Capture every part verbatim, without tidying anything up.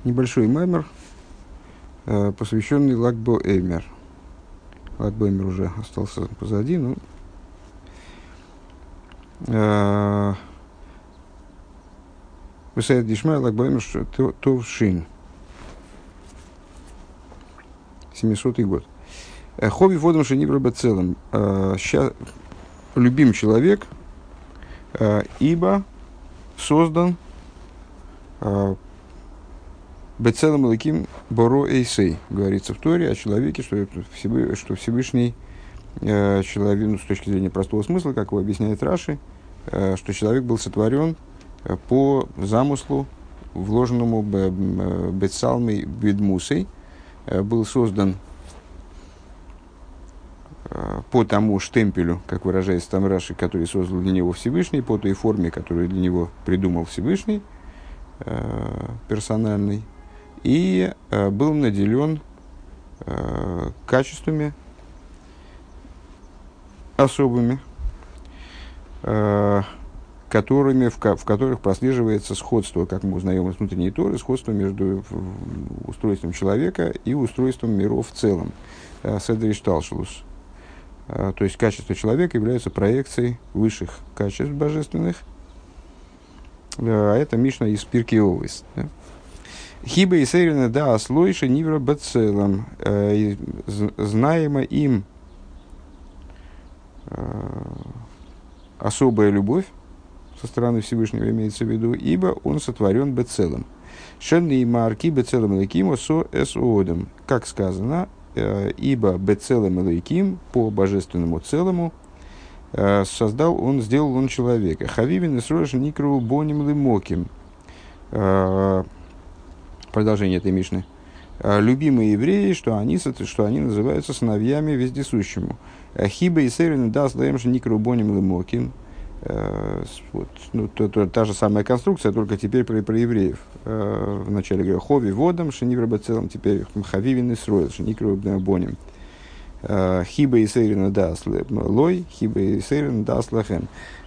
небольшой маймер, э, посвященный Lag BaOmer. Lag BaOmer уже остался позади, но Высайд Дишмай Lag BaOmer Тов Шин. семисотый год. Хобби водом шенибра бецелом. Любим человек, ибо создан бецелом лаким боро эйсей. Говорится в Торе о человеке, что, что Всевышний человек, ну, с точки зрения простого смысла, как его объясняет Раши, что человек был сотворен по замыслу, вложенному бецалмой бедмусой, был создан по тому штемпелю, как выражается там Раши, который создал для него Всевышний, по той форме, которую для него придумал Всевышний, э, персональный, и э, был наделен э, качествами особыми, э, которыми, в, в которых прослеживается сходство, как мы узнаем из внутренней Торы, сходство между устройством человека и устройством миров в целом. Седриш Талшелус. То есть качество человека является проекцией высших качеств божественных. А это Мишна из Пиркей Овес. Хиба и сейрина да аслойша нивра бацелом. Знаема им особая любовь со стороны Всевышнего имеется в виду, ибо он сотворен бацелом. Шенни марки бацелом лекимо со эсодом. Как сказано, ибо бецелем элейким, по божественному целому, создал он, сделал он человека. Хавивин и срош никру боним лимоким. Продолжение этой Мишны. Любимые евреи, что они, что они называются сыновьями вездесущему. Хиба и сейрин даст даемши никру боним лимоким. Вот, ну, то, то, та же самая конструкция, только теперь про, про евреев. Э, в начале говорю хови водом, шенивра бацелом, теперь хавивин и сроил, шеникру боним. Хиба и сейрина дас лой, хиба и сейрина дас лахем.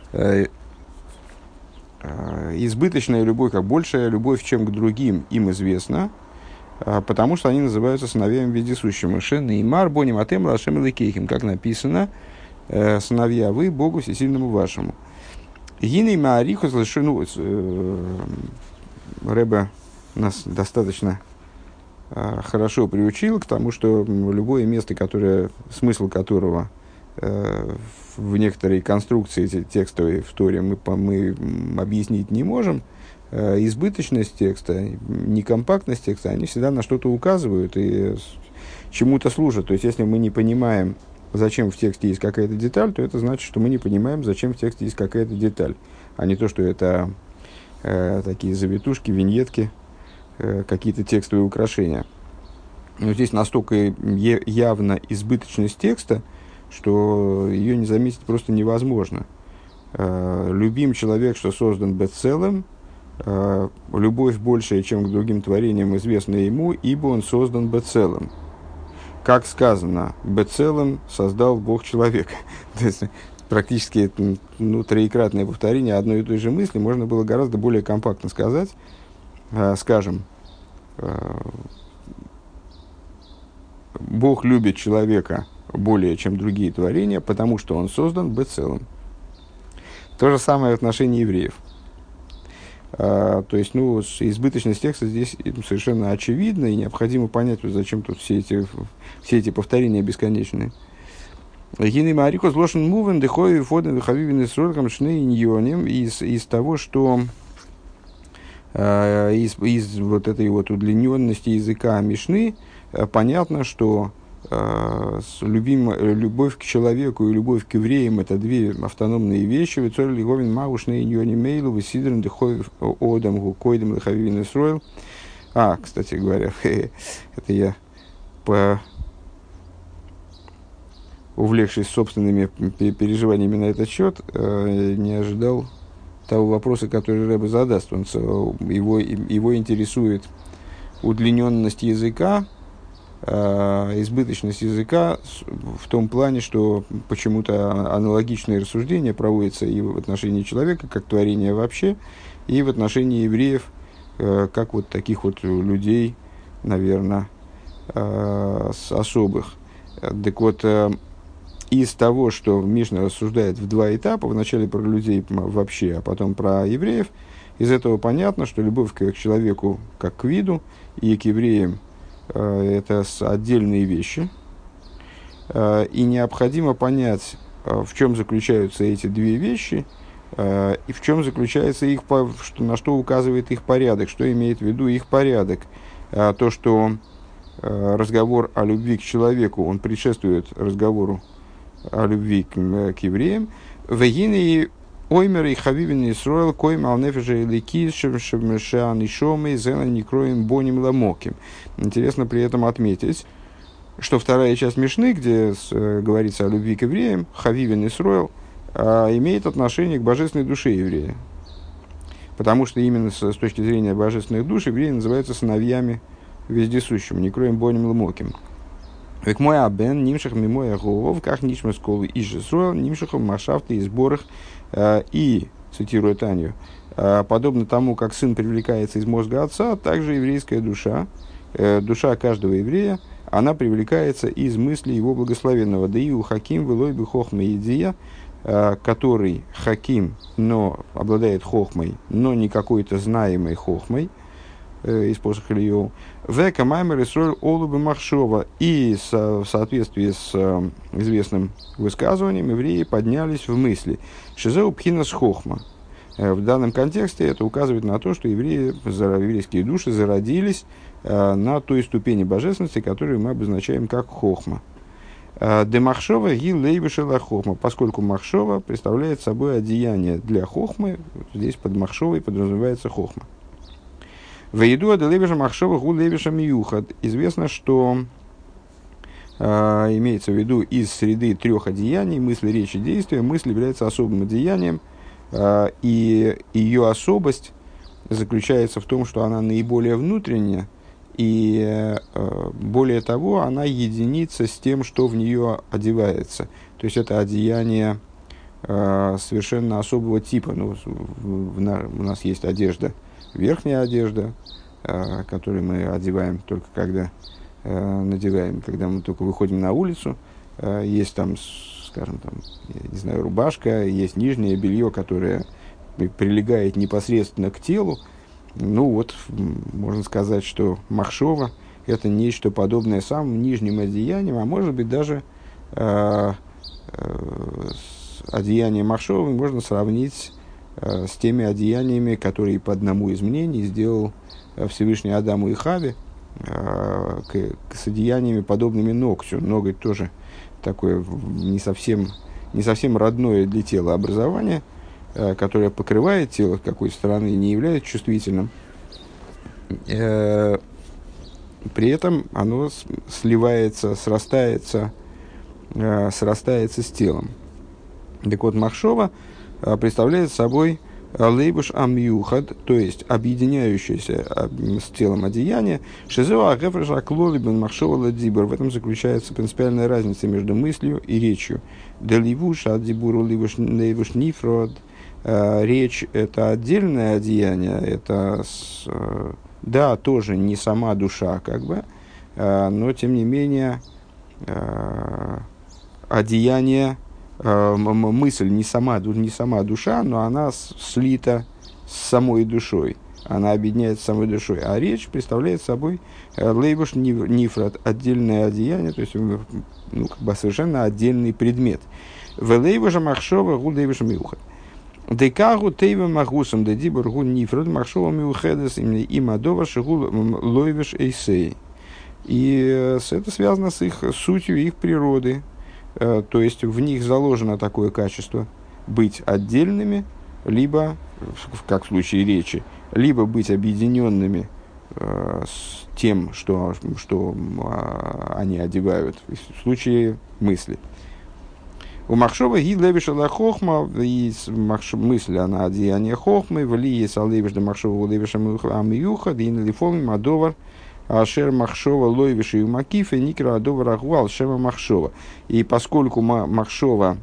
Избыточная любовь, как большая любовь, чем к другим, им известна, потому что они называются сыновьями вездесущим. Шен и мар боним атем лашем лекейхим, как написано, сыновья вы, Богу всесильному вашему. Гиней маарихус лешину. Рэбе нас достаточно э, хорошо приучил к тому, что любое место, которое, смысл которого э, в некоторой конструкции текстовой в Торе мы, мы объяснить не можем, э, избыточность текста, некомпактность текста, они всегда на что-то указывают и чему-то служат. То есть, если мы не понимаем, зачем в тексте есть какая-то деталь, то это значит, что мы не понимаем, зачем в тексте есть какая-то деталь, а не то, что это э, такие завитушки, виньетки, э, какие-то текстовые украшения. Но здесь настолько е- явна избыточность текста, что ее не заметить просто невозможно. Э, любим человек, что создан бецелем, э, любовь большая, чем к другим творениям, известна ему, ибо он создан бецелем. Как сказано, бецелем создал Бог человека. То есть, практически ну, троекратное повторение одной и той же мысли можно было гораздо более компактно сказать. Э, скажем, э, Бог любит человека более, чем другие творения, потому что он создан бецелем. То же самое в отношении евреев. Uh, то есть, ну, избыточность текста здесь совершенно очевидна, и необходимо понять, вот зачем тут все эти, все эти повторения бесконечные. Из, из того, что uh, из, из вот этой вот удлиненности языка Мишны uh, понятно, что Uh, любим, любовь к человеку и любовь к евреям — это две автономные вещи. А, кстати говоря, это я, по... увлекшись собственными переживаниями на этот счет, не ожидал того вопроса, который Рэбе задаст. Он, его, его интересует удлиненность языка, избыточность языка в том плане, что почему-то аналогичные рассуждения проводятся и в отношении человека, как творения вообще, и в отношении евреев, э, как вот таких вот людей, наверное, э, особых. Так вот, э, из того, что Мишна рассуждает в два этапа, вначале про людей вообще, а потом про евреев, из этого понятно, что любовь к человеку как к виду и к евреям э, это отдельные вещи. Э, и необходимо понять, э, в чем заключаются эти две вещи, э, и в чем заключается их, что, на что указывает их порядок, что имеет в виду их порядок. Э, то, что э, разговор о любви к человеку, он предшествует разговору о любви к, к евреям. Вегины оймер и хавивин Исроэл койм ал нефеша или кишем шеан и шомы зена не кроем боним ламоким. Интересно при этом отметить, что вторая часть Мишны, где с, э, говорится о любви к евреям, хавивин Исроэл, э, имеет отношение к божественной душе еврея. Потому что именно с, с точки зрения божественных душ евреи называются сыновьями вездесущим, не кроем боним ламоким. Век мой абен, нимших мимоя голов, как нишма сколы и жесруэл, нимшихом машафты и сборах. И, цитируя Танью, подобно тому, как сын привлекается из мозга отца, также еврейская душа, душа каждого еврея, она привлекается из мысли его благословенного. Да и у хаким вылой бы хохма идея, который хаким, но обладает хохмой, но не какой-то знаемой хохмой, из посоха Ильёу, «Века маймер Исроэль олубы махшова». И в соответствии с э, известным высказыванием евреи поднялись в мысли. «Шизеу пхинас хохма». Э, в данном контексте это указывает на то, что евреи, еврейские души зародились э, на той ступени божественности, которую мы обозначаем как хохма. «Де махшова ги лейбешела хохма», поскольку махшова представляет собой одеяние для хохмы, здесь под махшовой подразумевается хохма. Известно, что э, имеется в виду из среды трех одеяний мысли, речи, действия. Мысль является особым одеянием, э, и ее особость заключается в том, что она наиболее внутренняя, и э, более того, она единится с тем, что в нее одевается. То есть это одеяние э, совершенно особого типа. Ну, в, в, в, у нас есть одежда, верхняя одежда, э, которую мы одеваем только когда э, надеваем, когда мы только выходим на улицу. Э, есть там, скажем, там, я не знаю, рубашка, есть нижнее белье, которое прилегает непосредственно к телу. Ну вот, можно сказать, что махшова – это нечто подобное самым нижним одеянием, а может быть даже э, э, одеяние махшовы можно сравнить с теми одеяниями, которые по одному из мнений сделал Всевышний Адаму и Хаве, к, с одеяниями, подобными ногтю. Ноготь тоже такое не совсем, не совсем родное для тела образование, которое покрывает тело с какой-то стороны и не является чувствительным. При этом оно сливается, срастается, срастается с телом. Так вот, махшова представляет собой лейбуш амьюхад, то есть объединяющееся с телом одеяние. Шизеу агефреш аклоли бен махшова ладибур. В этом заключается принципиальная разница между мыслью и речью. Деливуш адибуру лейбуш нифрод. Речь – это отдельное одеяние, это, да, тоже не сама душа, как бы, но, тем не менее, одеяние, мысль не сама, не сама душа, но она слита с самой душой, она объединяется с самой душой, а речь представляет собой лейбуш нифрат, отдельное одеяние, то есть, ну, как бы совершенно отдельный предмет. В лейбуша махшова гу лейбуша миухат. Декагу тейва магусом дедибур гу нифрат махшова миухедес им адова шигу лойвеш эйсей. И это связано с их сутью, их природы. То есть в них заложено такое качество быть отдельными, либо, как в случае речи, либо быть объединенными э, с тем, что, что э, они одевают, в случае мысли. У махшова ги левишала хохма, и мысль, она одеяние хохмы, в лии салевиш да махшова левиша амиюха, да и налифоми мадовар, Ашер Махшова Лойвиши и Макифе Никра Адова Рахвал Шема Махшова. И поскольку Махшова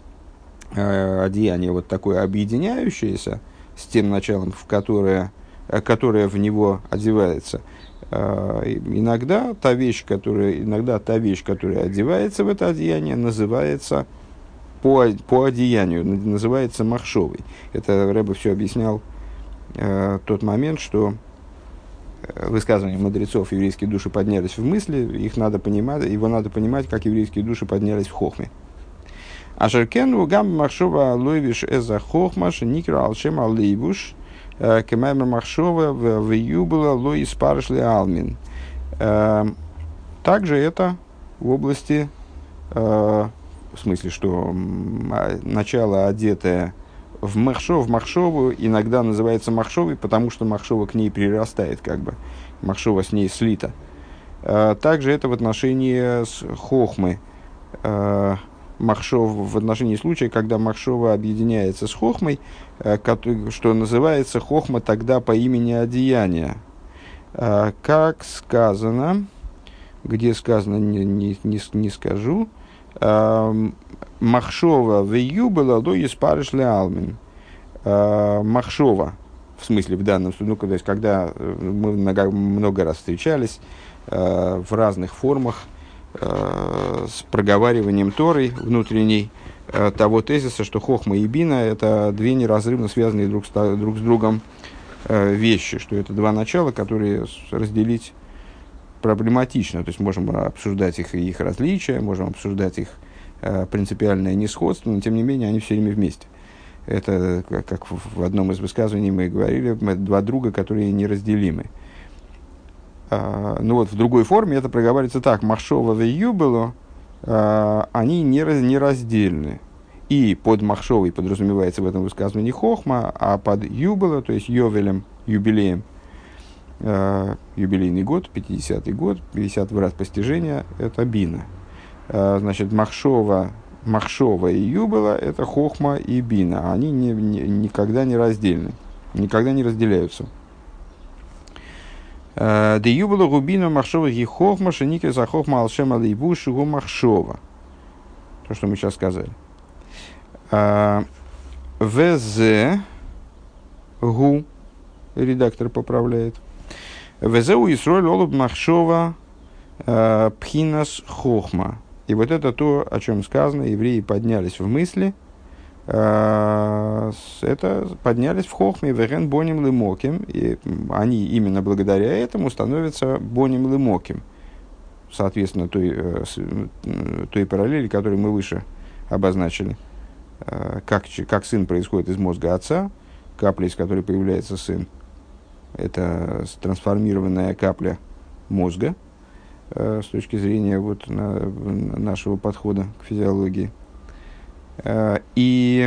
э, одеяние вот такое объединяющееся с тем началом, в которое которая в него одевается. Иногда та вещь, которая, иногда та вещь, которая одевается в это одеяние, называется по, по одеянию, называется махшовой. Это Рэбе все объяснял э, тот момент, что высказывания мудрецов еврейские души поднялись в мысли, их надо понимать, его надо понимать, как еврейские души поднялись в хохме. Ашеркену гам махшова лойвиш эза хохмаш никра алшем алейбуш кемаймер махшова в юбула лой испаршли алмин. Также это в области, в смысле, что начало одетое в махшов, в махшову иногда называется махшовой, потому что махшова к ней прирастает, как бы. Махшова с ней слита. Также это в отношении с хохмы. Махшов в отношении случая, когда махшова объединяется с хохмой, что называется хохма тогда по имени одеяния. Как сказано, где сказано, не, не, не, не скажу, махшова в юбела до испариш ле алмин. Махшова, в смысле в данном случае, ну, то есть, когда мы много, много раз встречались в разных формах, с проговариванием Торы внутренней того тезиса, что хохма и бина – это две неразрывно связанные друг с, друг с другом вещи, что это два начала, которые разделить проблематично. То есть можем обсуждать их и их различия, можем обсуждать их принципиальное несходство, но тем не менее они все время вместе. Это, как в одном из высказываний мы говорили, два друга, которые неразделимы. Ну вот в другой форме это проговаривается так: махшова и юбело, они нераздельны. И под махшовой подразумевается в этом высказывании хохма, а под юбело, то есть йовелем, юбилеем, юбилейный год, пятидесятый год, пятидесятый раз постижения, это бина. Значит, махшова, махшова и юбело – это хохма и бина. Они не, не, никогда не раздельны, никогда не разделяются. Де юбело губина махшова и хохма шеникер за хохма алшем алейбуш гу махшова. То, что мы сейчас сказали. Вз гу, редактор поправляет. Вз у Исроль олуб махшова пхинас хохма. И вот это то, о чем сказано, евреи поднялись в мысли, это поднялись в хохме, веген боним лымоким, и они именно благодаря этому становятся боним лымоким. Соответственно, той, той параллели, которую мы выше обозначили. Как, как сын происходит из мозга отца, капля, из которой появляется сын, это трансформированная капля мозга, с точки зрения вот, на, нашего подхода к физиологии. И,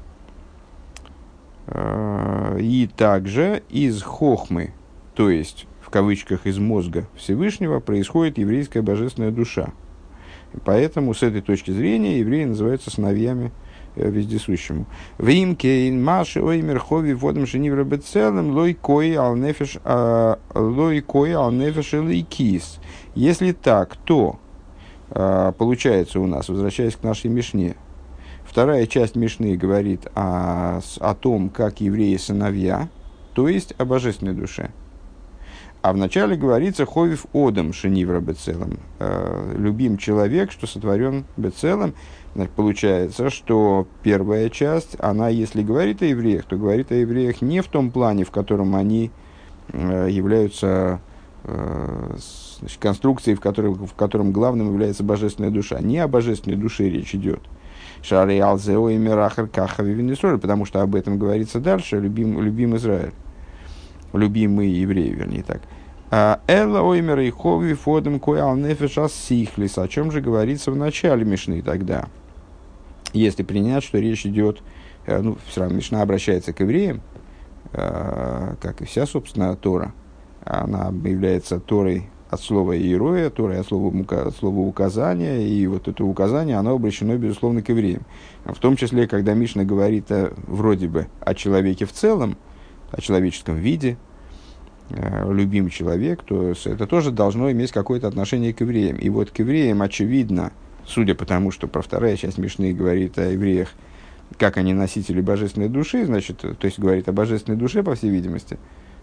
и также из хохмы, то есть в кавычках из мозга Всевышнего, происходит еврейская божественная душа. И поэтому с этой точки зрения евреи называются сыновьями вездесущему. Вимкейн маши оймер хови водом шенивра бецелем лой кои ал нефеш лой кои ал нефеш лейкис. Если так, то получается у нас, возвращаясь к нашей Мишне, вторая часть Мишны говорит о, о том, как евреи сыновья, то есть о божественной душе. А вначале говорится «ховив одам шенивра бецелем», «любим человек, что сотворен бецелем». Значит, получается, что первая часть, она, если говорит о евреях, то говорит о евреях не в том плане, в котором они являются значит, конструкцией, в, которой, в котором главным является божественная душа. Не о божественной душе речь идет. «Шари алзео и мирахар кахави винесоль», потому что об этом говорится дальше, «любим, любим Израиль». Любимые евреи, вернее так. Элла оймер и хови фодем коял нефешас сихлис. О чем же говорится в начале Мишны тогда? Если принять, что речь идет, ну, все равно Мишна обращается к евреям, как и вся, собственно, Тора. Она является Торой от слова иероя, Торой от слова, от слова указания, и вот это указание, оно обращено, безусловно, к евреям. В том числе, когда Мишна говорит вроде бы о человеке в целом, о человеческом виде, э, любимый человек, то это тоже должно иметь какое-то отношение к евреям. И вот к евреям, очевидно, судя по тому, что про вторая часть Мишны говорит о евреях, как они носители божественной души, значит, то есть говорит о божественной душе, по всей видимости,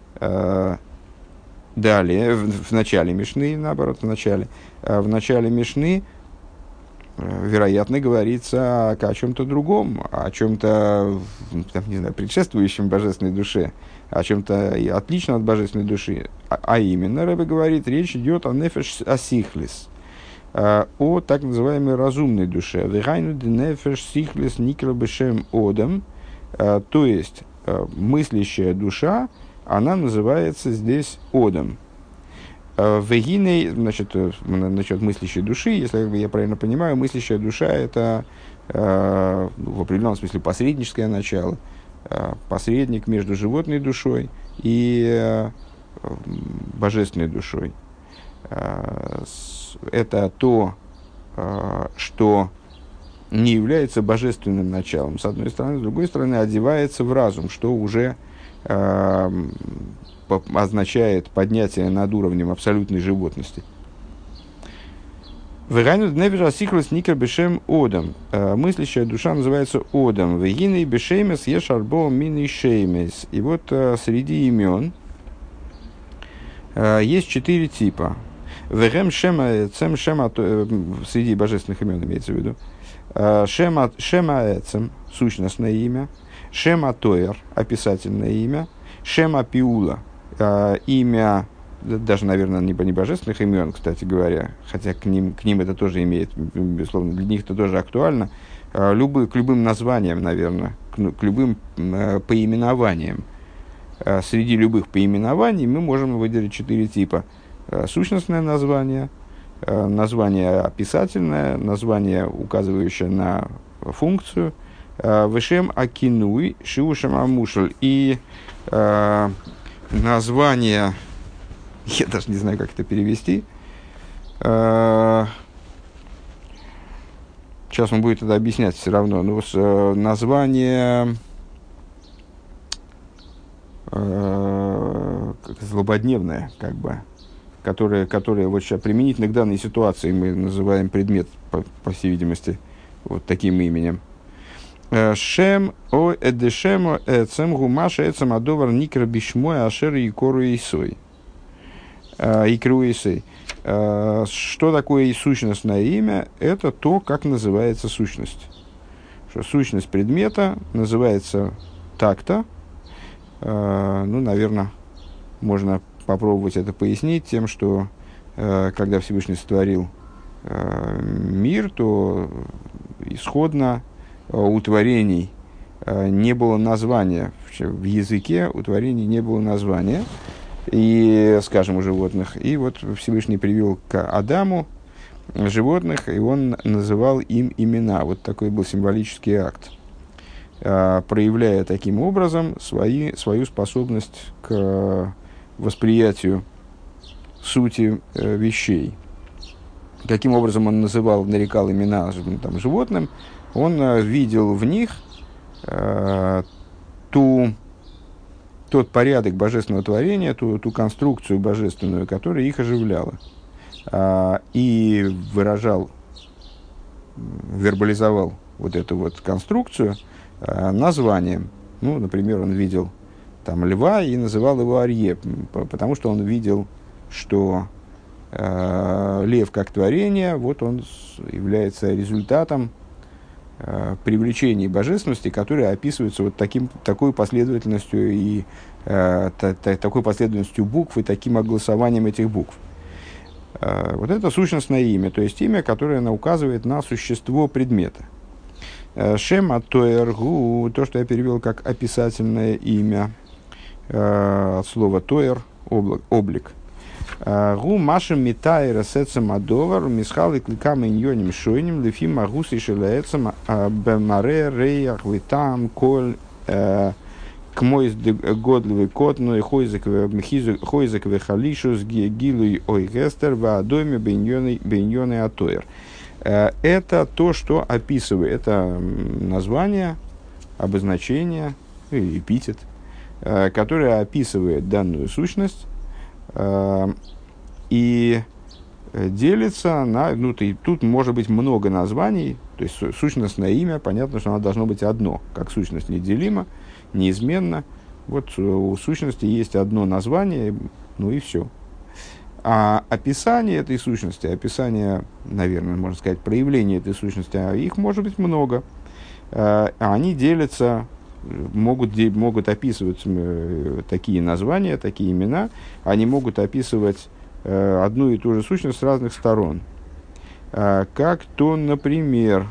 Э, далее, в, в начале Мишны, наоборот, в начале, э, в начале Мишны, э, вероятно, говорится о, о чем-то другом, о чем-то, там, не знаю, предшествующем божественной душе, о чем-то отличном от божественной души. А, а именно, Ребе говорит, речь идет о нефеш асихлис, о так называемой разумной душе. Вегайну де нефеш сихлис никра бешем одам, то есть мыслящая душа, она называется здесь одам. Вегиней, значит, насчет мыслящей души, если я правильно понимаю, мыслящая душа это в определенном смысле посредническое начало, посредник между животной душой и божественной душой. Это то, что не является божественным началом, с одной стороны, с другой стороны, одевается в разум, что уже э, означает поднятие над уровнем абсолютной животности. Мыслящая душа называется Одам. И вот среди имен есть четыре типа. Вегем шема эцем, шема, среди божественных имен имеется в виду. Шема, шема эцем, сущностное имя. Шема тоер, описательное имя. Шема пиула, имя, даже, наверное, не божественных имен, кстати говоря, хотя к ним, к ним это тоже имеет, безусловно, для них это тоже актуально. Любые, к любым названиям, наверное, к, к любым поименованиям. Среди любых поименований мы можем выделить четыре типа. Сущностное название, название описательное, название, указывающее на функцию, вешем акинуй, шиушем амушель, и э, название, я даже не знаю, как это перевести, э, сейчас он будет это объяснять все равно, но э, название э, злободневное, как бы, Которые, которые вот сейчас применительно к данной ситуации мы называем предмет, по, по всей видимости, вот таким именем. Шем о эдешемо эцем гумаша эцем адовар никра бишмой ашер и кору исой. Икру исой. Что такое сущностное имя? Это то, как называется сущность. Что сущность предмета называется так-то. Ну, наверное, можно попробовать это пояснить тем, что э, когда Всевышний сотворил э, мир, то исходно э, у творений э, не было названия. В языке у творений не было названия, и, скажем, у животных. И вот Всевышний привел к Адаму животных, и он называл им имена. Вот такой был символический акт, э, проявляя таким образом свои, свою способность к восприятию сути э, вещей. Каким образом он называл, нарекал имена там, животным, он э, видел в них э, ту, тот порядок божественного творения, ту, ту конструкцию божественную, которая их оживляла. Э, и выражал, вербализовал вот эту вот конструкцию э, названием. Ну, например, он видел там льва и называл его Арье, потому что он видел, что э, лев как творение, вот он является результатом э, привлечения божественности, которое описывается вот таким, такой последовательностью и э, та, та, такой последовательностью букв и таким огласованием этих букв. Э, вот это сущностное имя, то есть имя, которое указывает на существо предмета. Шем ат-тоэр-гу, то, что я перевел как описательное имя, от слова тоэр, облик. Гу машем митайра сецем адовар, мисхалы кликам иньоним шойним, лефим агус и шелаэцем бемаре реях витам коль кмойс годливый кот, но и хойзек вехалишус гилуй ойгестер в адоме беньоны атоэр. Это то, что описывает, это название, обозначение, эпитет, которая описывает данную сущность э, и делится на... Ну, ты, тут может быть много названий, то есть сущностное имя, понятно, что оно должно быть одно, как сущность неделима, неизменна, Вот у сущности есть одно название, ну и все. А описание этой сущности, описание, наверное, можно сказать, проявление этой сущности, а их может быть много. А они делятся, могут, могут описывать такие названия, такие имена, они могут описывать одну и ту же сущность с разных сторон. Как то, например,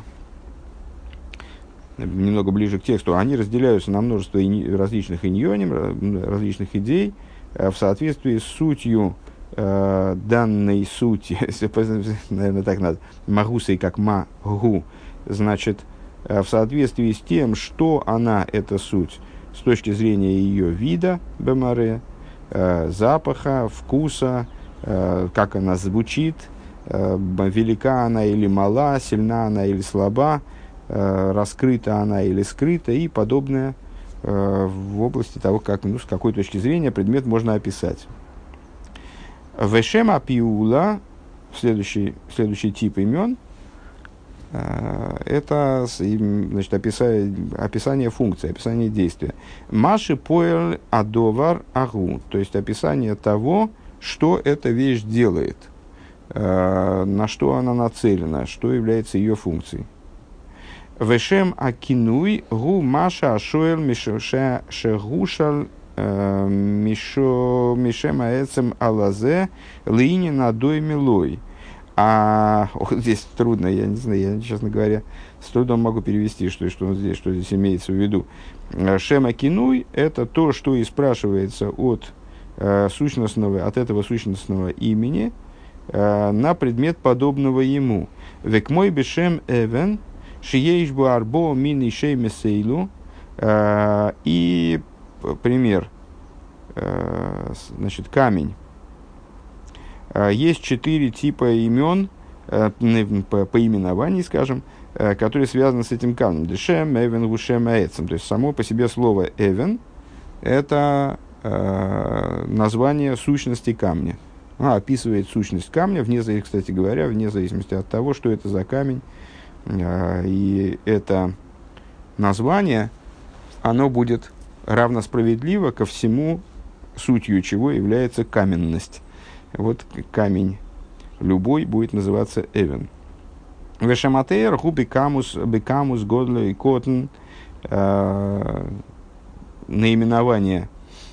немного ближе к тексту, они разделяются на множество ини- различных иньоним, различных идей в соответствии с сутью э, данной сути, наверное, так надо, магусой как магу, значит, в соответствии с тем, что она, эта суть, с точки зрения ее вида, бемаре, э, запаха, вкуса, э, как она звучит, э, велика она или мала, сильна она или слаба, э, раскрыта она или скрыта и подобное э, в области того, как, ну, с какой точки зрения предмет можно описать. Вешем апиула, следующий, следующий тип имен, это, значит, описание, описание функции, описание действия. Маши поэль адовар агу, то есть описание того, что эта вещь делает, на что она нацелена, что является ее функцией. Вешем акинуй гу маша ашоэль мишоша шегушал мишо мишем аэцем алазе лини надой милой. А вот здесь трудно, я не знаю, я, честно говоря, с трудом могу перевести, что, что, здесь, что здесь имеется в виду. Шема кинуй – это то, что и спрашивается от, э, сущностного, от этого сущностного имени э, на предмет подобного ему. Век мой бешем эвен, шиеиш арбо мини шеймесейлу. И пример, э, значит, камень. Есть четыре типа имен, э, по, по именованию, скажем, э, которые связаны с этим камнем. Дешем, эвен, гушем, эцем. То есть само по себе слово эвен – это э, название сущности камня. А, описывает сущность камня, вне зависимости, кстати говоря, вне зависимости от того, что это за камень. Э, и это название, оно будет равносправедливо ко всему, сутью чего является каменность. Вот камень любой будет называться эвен. Вешаматеер гу бекамус бекамус годле и котн. Наименование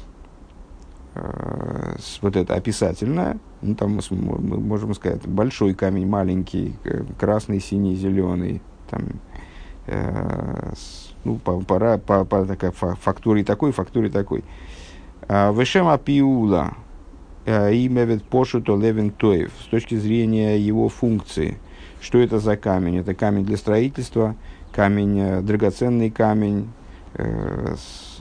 э, вот это описательное. Ну, там мы можем сказать большой камень, маленький, красный, синий, зеленый. Там, э, ну, пора по, по, по такой фактуре такой, фактуре такой. Вешамапиула. Имя пошуто левин тоев, с точки зрения его функции. Что это за камень? Это камень для строительства, камень, драгоценный камень, э, с,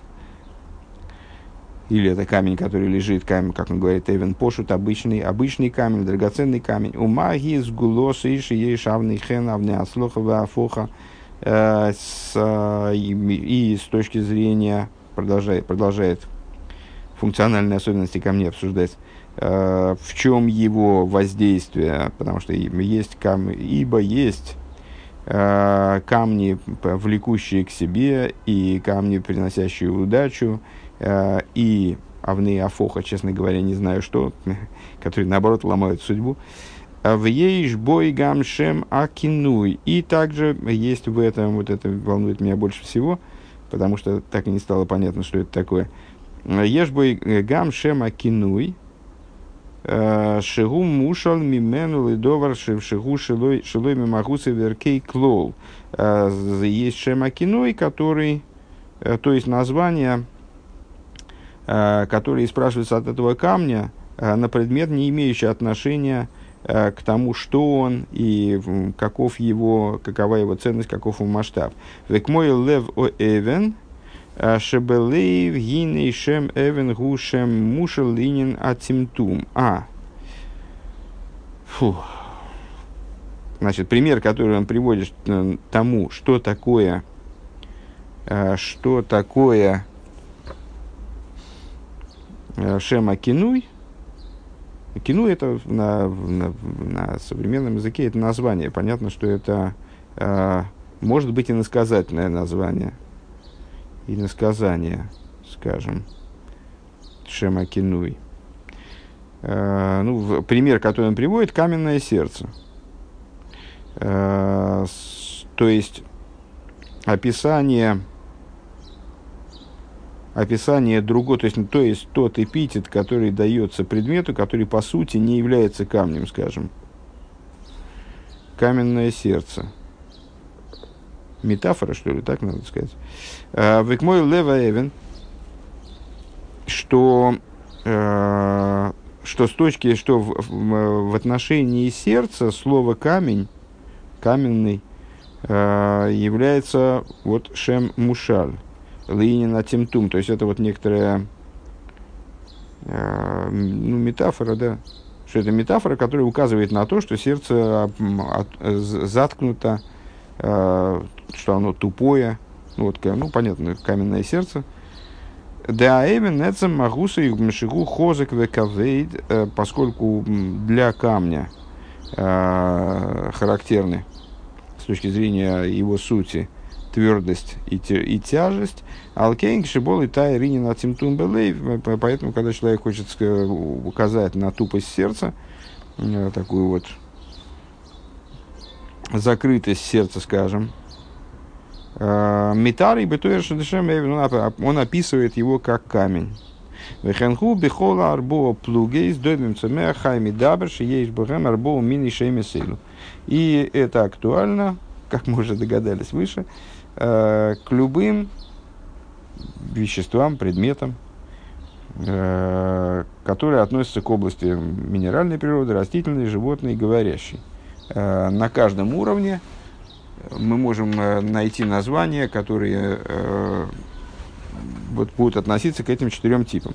или это камень, который лежит, камень, как он говорит, эвен пошут, обычный, обычный камень, драгоценный камень. У магии с гулоса иши ей шавный хен, авне аслохова афоха. И с точки зрения, продолжает, продолжает функциональные особенности камней обсуждать, в чем его воздействие, потому что есть камни, ибо есть э, камни, влекущие к себе, и камни, приносящие удачу, э, и авны афоха, честно говоря, не знаю что, которые, наоборот, ломают судьбу. В ейш бой гамшем акинуй. И также есть в этом, вот это волнует меня больше всего, потому что так и не стало понятно, что это такое. Еш бой гамшем акинуй. Шигу мушал мимену лидовар шигу шилой мимагусы веркей клол. Есть шемакиной, который, то есть название, которое спрашивается от этого камня на предмет, не имеющий отношения к тому, что он и каков его, какова его ценность, каков его масштаб. Век мой лев о эвен. Шебелейв гиней шем эвен гушем мушел линин атимтум. А. Фу. Значит, пример, который он приводит тому, что такое, что такое шема кинуй. Кинуй это на, на, на современном языке это название. Понятно, что это может быть иносказательное название. Иносказание. скажем, Шема Кинуй. Э, ну, в, пример, который он приводит, каменное сердце. Э, с, то есть, описание, описание другого, то есть, то есть тот эпитет, который дается предмету, который по сути не является камнем, скажем. Каменное сердце. Метафора, что ли, так надо сказать. Векмой лева эвен, что, э, что с точки, что в, в, в отношении сердца слово камень, каменный, э, является вот шем мушаль, линина тимтум, то есть это вот некоторая э, ну, метафора, да, что это метафора, которая указывает на то, что сердце от, от, заткнуто, э, что оно тупое, ну, вот, ну, понятно, каменное сердце. Да, эвен эцем магуса и мшигу хозек векавейд, поскольку для камня э, характерны с точки зрения его сути твердость и, и тяжесть. Алкейн шибол и тай рини на тимтум белей. Поэтому, когда человек хочет указать на тупость сердца, э, такую вот закрытость сердца, скажем, Митарий бетуэршадешем, он описывает его как камень. Вехенху бихола арбо плугейс дойдем цемеа хайми даберши есть богем арбо мини шейми силу. И это актуально, как мы уже догадались выше, к любым веществам, предметам, которые относятся к области минеральной природы, растительной, животной, говорящей. На каждом уровне мы можем найти названия, которые э, вот, будут относиться к этим четырем типам.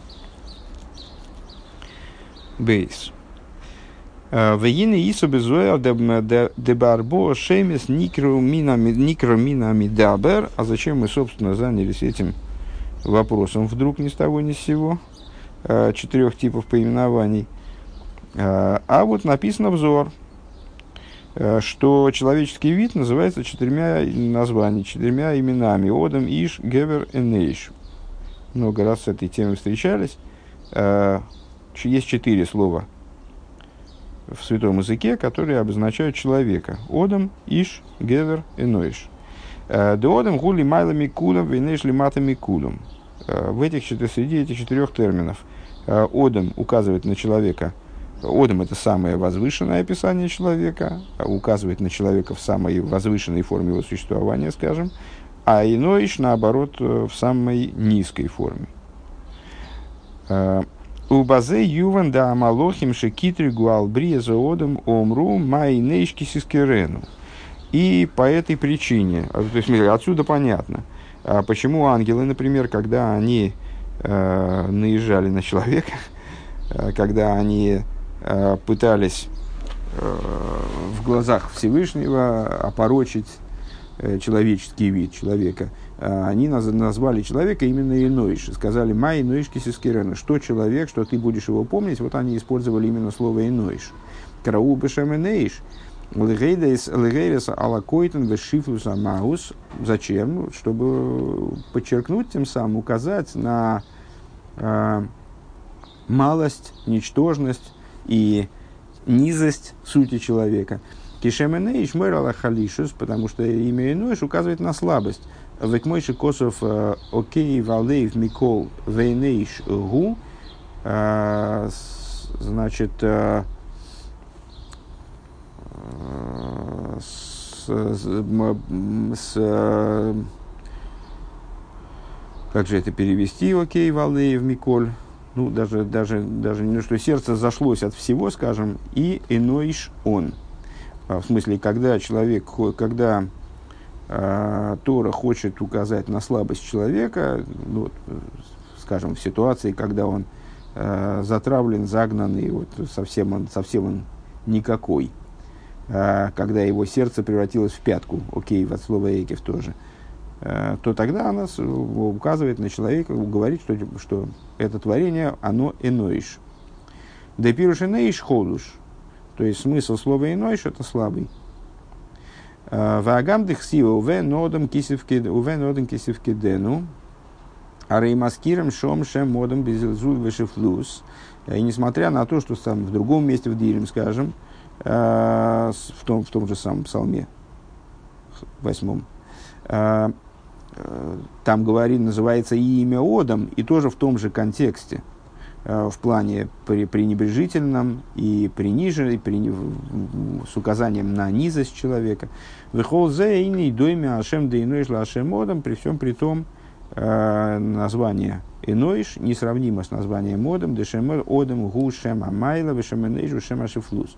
Бейс. Вейны ису безуэр дебарбо шемес никро минами дабер. А зачем мы, собственно, занялись этим вопросом вдруг ни с того ни с сего? Четырех типов поименований. А вот написано взор, что человеческий вид называется четырьмя названиями, четырьмя именами. Одам, Иш, Гевер и Нейш. Много раз с этой темой встречались. Есть четыре слова в святом языке, которые обозначают человека. Одам, Иш, Гевер и Нейш. Деодам гули майлами кулам, вейнеш лиматами кулам. В этих, среди этих четырех терминов Одам указывает на человека. Одам – это самое возвышенное описание человека, указывает на человека в самой возвышенной форме его существования, скажем, а Иноиш, наоборот, в самой низкой форме. У базе юван да амалохим шекитри гуалбрия заодам омру майнейшки сискерену. И по этой причине, то есть отсюда понятно, почему ангелы, например, когда они э, наезжали на человека, когда они пытались э, в глазах Всевышнего опорочить э, человеческий вид человека, э, они наз, назвали человека именно Иноиш. Сказали «Май Иноишки сискирена», что человек, что ты будешь его помнить. Вот они использовали именно слово Иноиш. «Крау бешем Иноиш». «Легейрес алакойтен вешифлус амаус». Зачем? Чтобы подчеркнуть, тем самым указать на э, малость, ничтожность и низость сути человека. Кишеменейш мэрала халишус, потому что имя Иноиш указывает на слабость. Векмойши косов окей валеев микол вейнейш гу, значит, с, с, как же это перевести, окей валеев миколь? Ну, даже, даже, даже не что сердце зашлось от всего, скажем, и Иноиш он. В смысле, когда человек, когда э, Тора хочет указать на слабость человека, ну, скажем, в ситуации, когда он э, затравлен, загнан, и вот совсем он, совсем он никакой, э, когда его сердце превратилось в пятку, окей, от слова «экев» тоже, то тогда она указывает на человека, говорит, что, что это творение, оно иноиш. Депируш иноиш холуш. То есть смысл слова иноиш – это слабый. Ваагам дихсива уве нодам кисевкидену. Ареймаскиром шом шем модом безилзуль вешефлус. И несмотря на то, что там в другом месте в Дилем, скажем, в том, в том же самом псалме, восьмом, там говорит, называется и имя Одам, и тоже в том же контексте, в плане пренебрежительном и приниженном, при, с указанием на низость человека. Вехол зе иный дойме ашем да иной шла ашем Одам, при всем при том, название Энойш несравнимо с названием Одам, дешем Одам гу шем амайла, вешем энейшу шем ашифлус.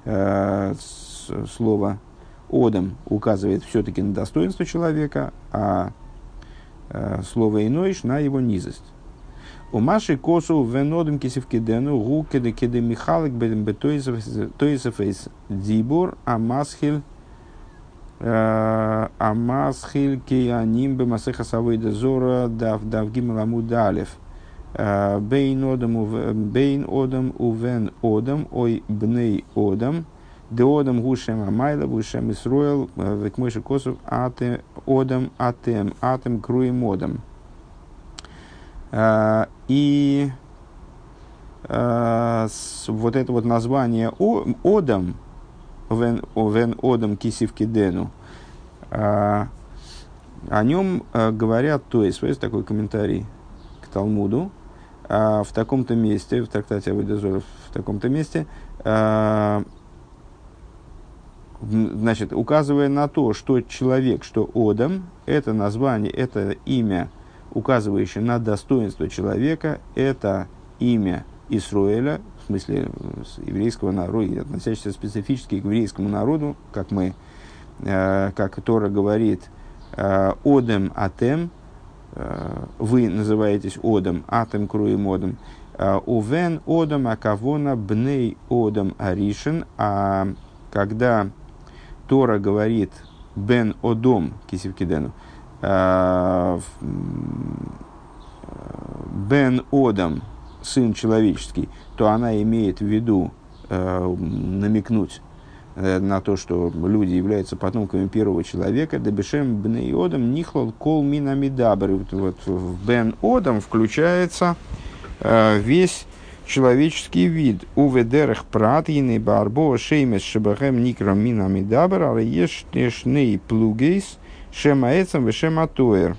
Слово Одам указывает все-таки на достоинство человека, а слово Энойш на его низость. У Маши косу венодам кисевкидену гу кеде кеде михалик бедем бетоисефейс дибур амасхиль Амасхиль кианим бемасеха савойда зора дав дав гималаму далев бейн одам бейн одам увен одам ой бней одам де одам гушем амайла гушем исроэл векмойши косов атем одам атем атем круем одам. И вот это вот название Одам, Вен, вен Одам Кисивкидену, о нем говорят, то есть, есть такой комментарий к Талмуду, в таком-то месте, в трактате Авойда Зора, в таком-то месте, значит, указывая на то, что человек, что Одам, это название, это имя, указывающее на достоинство человека, это имя Исруэля, в смысле еврейского народа, относящийся специфически к еврейскому народу, как мы, э, как Тора говорит, э, Одем Атем, э, вы называетесь Одем, Атем Круем Одем, Увен Одем Акавона Бней Одем Аришин, а когда Тора говорит Бен Одом Кисивкидену, Бен Одам, сын человеческий, то она имеет в виду э, намекнуть э, на то, что люди являются потомками первого человека. Дебешем Бней Одам нихлол кол минамидабр. Вот, вот в Бен Одам включается э, весь человеческий вид. Уведерах пратьины барбо шеймес шебахем никром минамидабр, але еш ней плугейс шемаэцам вешематуэр.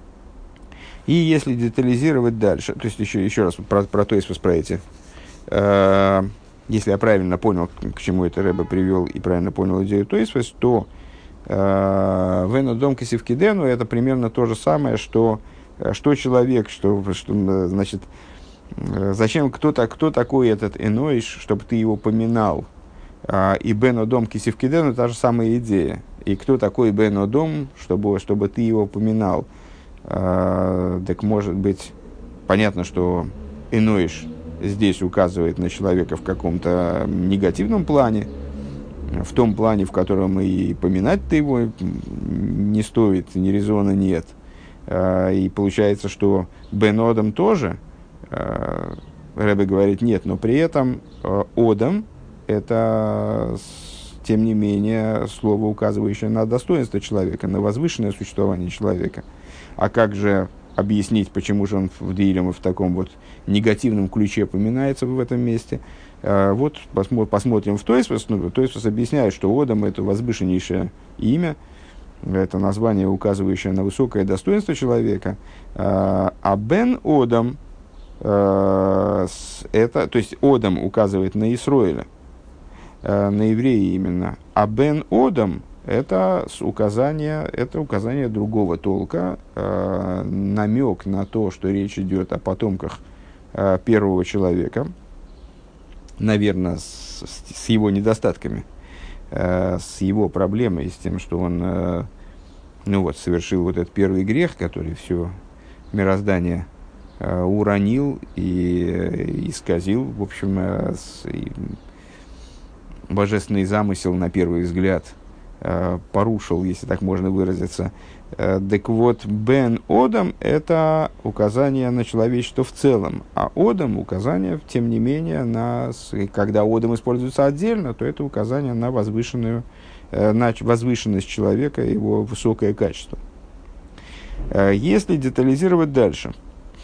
И если детализировать дальше, то есть еще, еще раз про, про то, если вы спросите, э, если я правильно понял, к чему это Ребе привел, и правильно понял идею Тойсвес, то Вену Дом Кисивкидену это примерно то же самое, что, что человек, что, что значит, зачем, кто, кто такой этот Энойш, чтобы ты его поминал, и Бен Дом Кисивкидену та же самая идея. И кто такой Бен Одом, чтобы, чтобы ты его поминал? А, так может быть, понятно, что Энойш здесь указывает на человека в каком-то негативном плане, в том плане, в котором и поминать-то его не стоит, ни резона нет. А, и получается, что Бен Одом тоже, а, Ребе говорит, нет, но при этом а, Одом это, тем не менее, слово, указывающее на достоинство человека, на возвышенное существование человека. А как же объяснить, почему же он в Дилем в таком вот негативном ключе поминается в этом месте? А, вот посмо- посмотрим в Тойсвос. Ну, Тойсвос объясняет, что Одам – это возвышеннейшее имя, это название, указывающее на высокое достоинство человека. А, а Бен Одам, а, это, то есть Одам указывает на Исроэля, на евреи именно. А Бен Одам – это указание, это указание другого толка, э, намек на то, что речь идет о потомках э, первого человека, наверное, с, с его недостатками, э, с его проблемой, с тем, что он э, ну вот, совершил вот этот первый грех, который все мироздание э, уронил и э, исказил, в общем, э, с, и, божественный замысел, на первый взгляд, э, порушил, если так можно выразиться. Э, так вот, Бен Одам – это указание на человечество в целом, а Одам – указание, тем не менее, на, когда Одам используется отдельно, то это указание на возвышенную, э, на возвышенность человека, его высокое качество. Э, если детализировать дальше,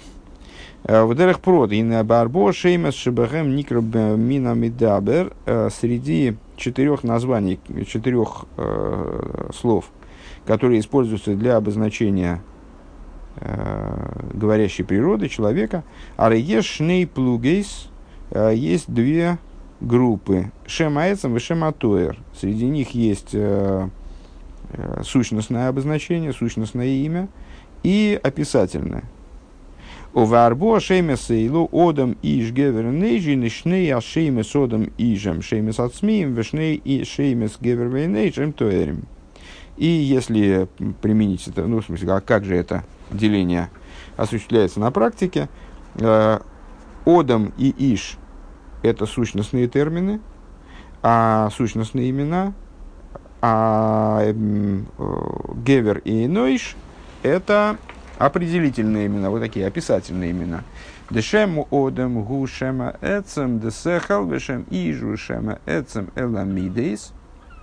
В дерах прод и на барбо шеймас шебахем никроб минамидабер среди четырех названий, четырех э, слов, которые используются для обозначения э, говорящей природы человека. Арегеш шней плугейс, есть две группы. Шемаэцем и шематоэр. Среди них есть э, э, сущностное обозначение, сущностное имя и описательное. Оварбо шеймес эйлу одам иш гевер нейджи нишней а шеймес одам ижем шеймес ацмием вешней и шеймес гевер вейнейджем тоэрим. И если применить это, ну, в смысле, а как же это деление осуществляется на практике, э, одам и иш — это сущностные термины, а сущностные имена, а э, гевер и нойш — это определительные имена, вот такие описательные имена. Дешем одем гу шема эцем десехал вешем ижу шема эцем эламидейс.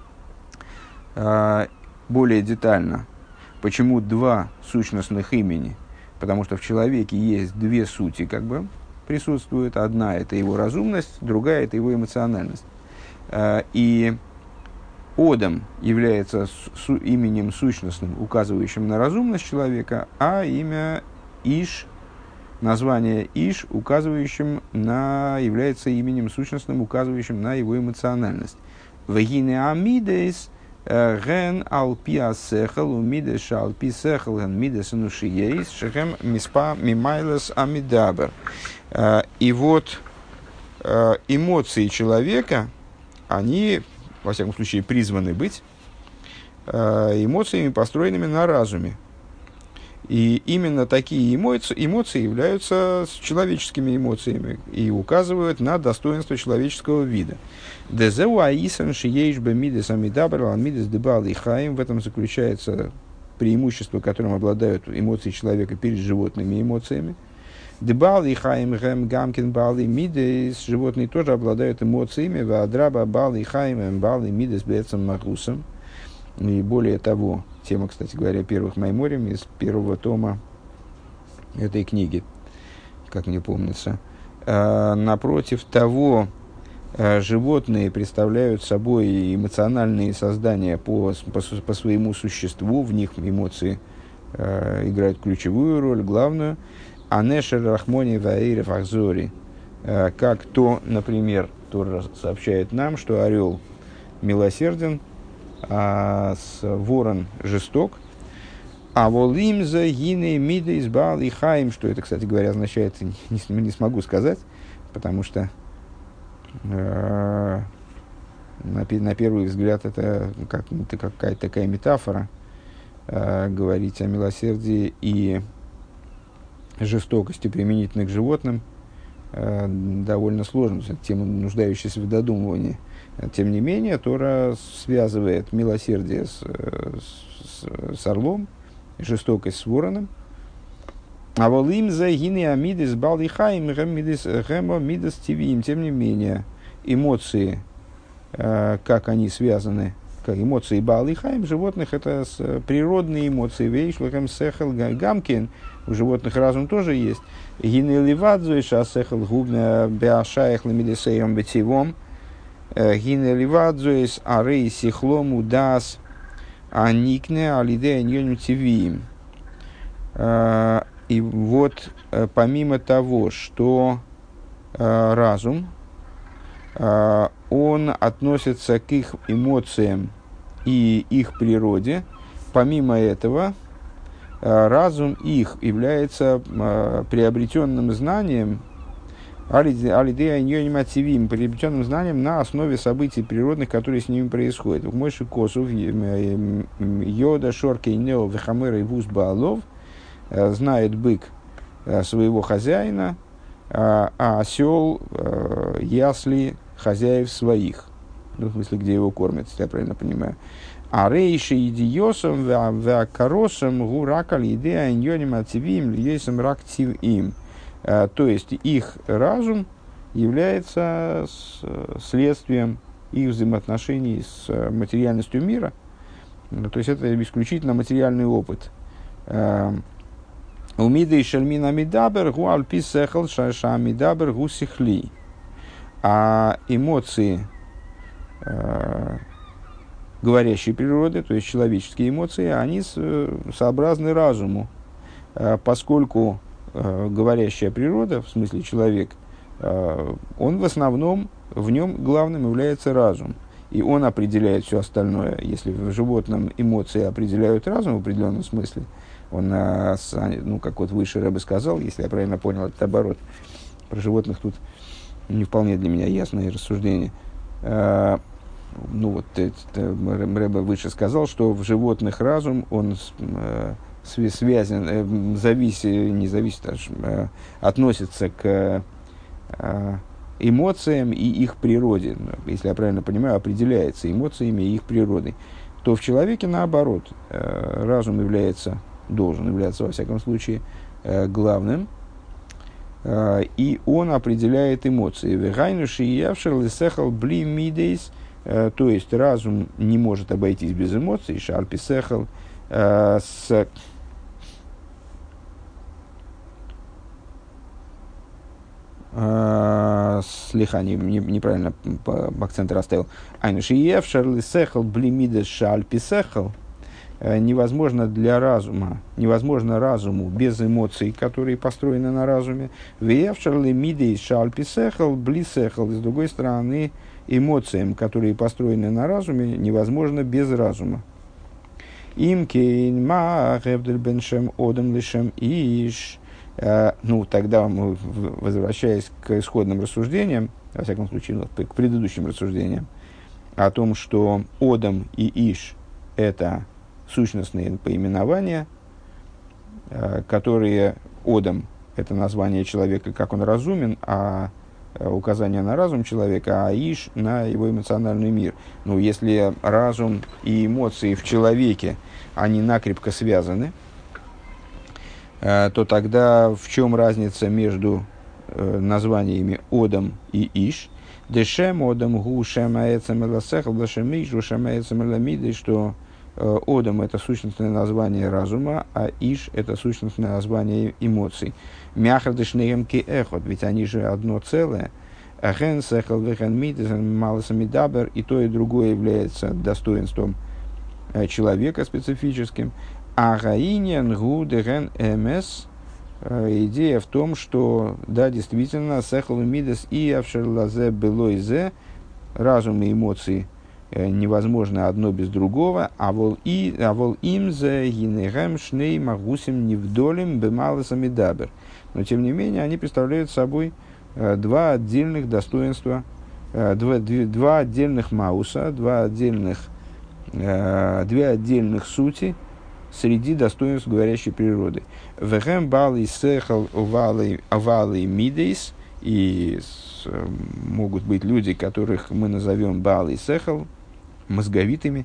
Более детально, почему два сущностных имени? Потому что в человеке есть две сути, как бы, присутствуют. Одна — это его разумность, другая — это его эмоциональность. И Одам является су- именем сущностным, указывающим на разумность человека, а имя Иш, название Иш, указывающим на, является именем сущностным, указывающим на его эмоциональность. Вегине амидес ген алпи асехал умидеш алпи сехал ген мидес анушиейс шехем миспа мимайлес амидабер. И вот эмоции человека, они, во всяком случае, призваны быть э, эмоциями, построенными на разуме. И именно такие эмоции, эмоции являются человеческими эмоциями и указывают на достоинство человеческого вида. В этом заключается преимущество, которым обладают эмоции человека перед животными эмоциями. Дебали хаим гэм гамкин бали мидес, животные тоже обладают эмоциями, вадраба бали хаим бали мидес бецам магусом. И более того, тема, кстати говоря, первых майморим из первого тома этой книги, как мне помнится. А, напротив того, а, животные представляют собой эмоциональные создания по, по, по своему существу, в них эмоции а, играют ключевую роль, главную. Анешер Рахмони Ваирев Ахзори, как то, например, Тора сообщает нам, что орел милосерден, а ворон жесток. А волимза гине мида избал и хаим, что это, кстати говоря, означает, не, не смогу сказать, потому что э, на, на первый взгляд это, как, это какая-то такая метафора, э, говорить о милосердии и жестокости, применительной к животным, э, довольно сложно, тема, нуждающаяся в додумывании. Тем не менее, Тора связывает милосердие с, с, с орлом, жестокость с вороном. А волим за гины амидис балдихаим гэмо мидис тивиим. Тем не менее, эмоции, э, как они связаны, как эмоции балдихаим животных, это природные эмоции. Вейшлэхэм сэхэл гамкин. У животных разум тоже есть. Гины ливадзуй шасэхэл губна беашаях ламидисэйм бетивом. Гины ливадзуэс арей сихлом удас аникне алидея ньоним тивиим. И вот, помимо того, что разум, он относится к их эмоциям и их природе, помимо этого, разум их является приобретенным знанием, алидея ньоним ативиим, приобретенным знанием на основе событий природных, которые с ними происходят. В Мойши Косов, Йода, Шоркей, Нео, Вехамера и Вуз Баалов, знает бык своего хозяина, а осел ясли хозяев своих. Ну, в смысле, где его кормят, если я правильно понимаю. А рейши идиосом веакаросом гуракали идея ньоним ативиим льесом рактив им. То есть их разум является следствием их взаимоотношений с материальностью мира. То есть это исключительно материальный опыт. Умиды и шальмина мидабер гу альпи сехал шаша мидабер гу сихли. А эмоции э, говорящей природы, то есть человеческие эмоции, они с, сообразны разуму, э, поскольку э, говорящая природа, в смысле человек, э, он в основном, в нем главным является разум. И он определяет все остальное. Если в животном эмоции определяют разум в определенном смысле, он, ну, как вот выше Рэбе сказал, если я правильно понял этот оборот, про животных тут не вполне для меня ясное рассуждение. А, ну, вот Рэбе выше сказал, что в животных разум, он а, связан, зависит, не зависит, а относится к а, эмоциям и их природе. Если я правильно понимаю, определяется эмоциями и их природой. То в человеке наоборот. Разум является, должен являться во всяком случае главным. И он определяет эмоции. То есть разум не может обойтись без эмоций. Шарписехал с слегка не, не, неправильно акцент расставил. Айнушиев шарлисехал блимидес шальписехал. Невозможно для разума, невозможно разуму без эмоций, которые построены на разуме. Виев шарлимидес шальписехал блисехал. С другой стороны, эмоциям, которые построены на разуме, невозможно без разума. Им кейн ма гевдель беншем одам лишем иш. Ну, тогда мы, возвращаясь к исходным рассуждениям, во всяком случае, к предыдущим рассуждениям, о том, что Одам и Иш – это сущностные поименования, которые Одам – это название человека, как он разумен, а указание на разум человека, а Иш – на его эмоциональный мир. Ну, если разум и эмоции в человеке, они накрепко связаны, то тогда в чем разница между э, названиями Одам и Иш? Дешем Одам гу шемаэцем эласехал, дешем Иш гу шемаэцем эламидой, что э, Одам – это сущностное название разума, а Иш – это сущностное название эмоций. Мяхар дешнеем ки эхот, ведь они же одно целое. Ахен сехал вехен мидезен маласамидабер, и то и другое является достоинством э, человека специфическим. Агаиньян гудерен эмес. Идея в том, что, да, действительно, сехал мидес и авшерлазе белойзе, разум и эмоции невозможно одно без другого, а вол и а вол имзе гинегем шней магусим невдолим бемаласамидабер. Но, тем не менее, они представляют собой два отдельных достоинства, два, два отдельных мауса, два отдельных, две отдельных сути среди достоинств говорящей природы. Вэхэм балы сэхал овалы мидейс, и с, могут быть люди, которых мы назовем балы сэхал, мозговитыми,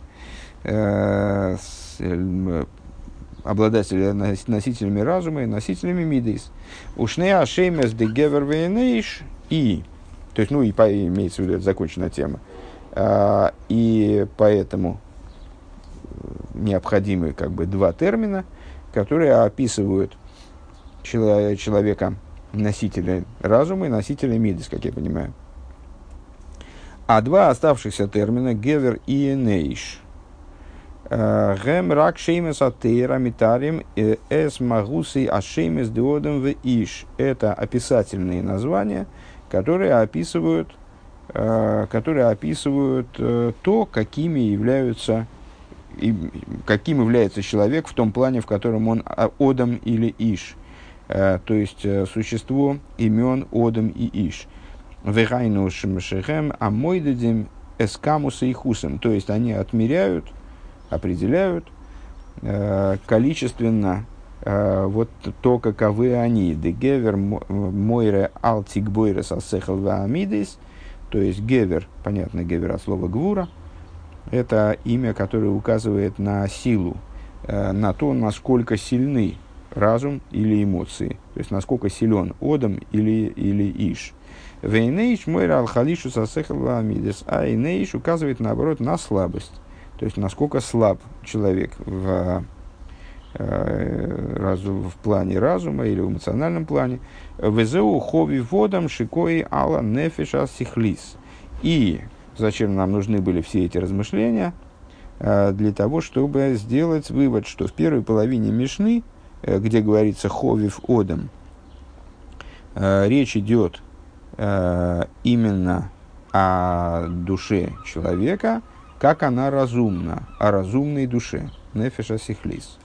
э, с, э, обладатели, носителями разума и носителями мидейс. Ушне ашеймес де гевер вейнейш, и, то есть, ну, и по, имеется в виду, это законченная тема, э, и поэтому необходимы как бы два термина, которые описывают чело- человека, носителя разума и носителя мидис, как я понимаю. А два оставшихся термина гевер и нейш. Гем рак шеймес атеира митарим эс магуси ашеймес диодом в иш. Это описательные названия, которые описывают, которые описывают то, какими являются и каким является человек в том плане, в котором он Одам или Иш, э, то есть э, существо имен Одам и Иш. Вегайну шемшехем амойдедим эскамуса и хусом, то есть они отмеряют, определяют э, количественно э, вот то, каковы они. Дегевер мойре алтикбойрес асехал ваамидис, то есть гевер, понятно, гевер от слова гвура. Это имя, которое указывает на силу, э, на то, насколько сильны разум или эмоции. То есть, насколько силен Одам или, или Иш. Вейнейш мойра алхалишу сасехал ваамидес. А Инейш указывает, наоборот, на слабость. То есть, насколько слаб человек в, э, разум, в плане разума или в эмоциональном плане. Везеу хови водам шикои ала нефиша сихлис. И зачем нам нужны были все эти размышления? Для того, чтобы сделать вывод, что в первой половине Мишны, где говорится «ховив одам», речь идет именно о душе человека, как она разумна, о разумной душе, нефеша сихлис.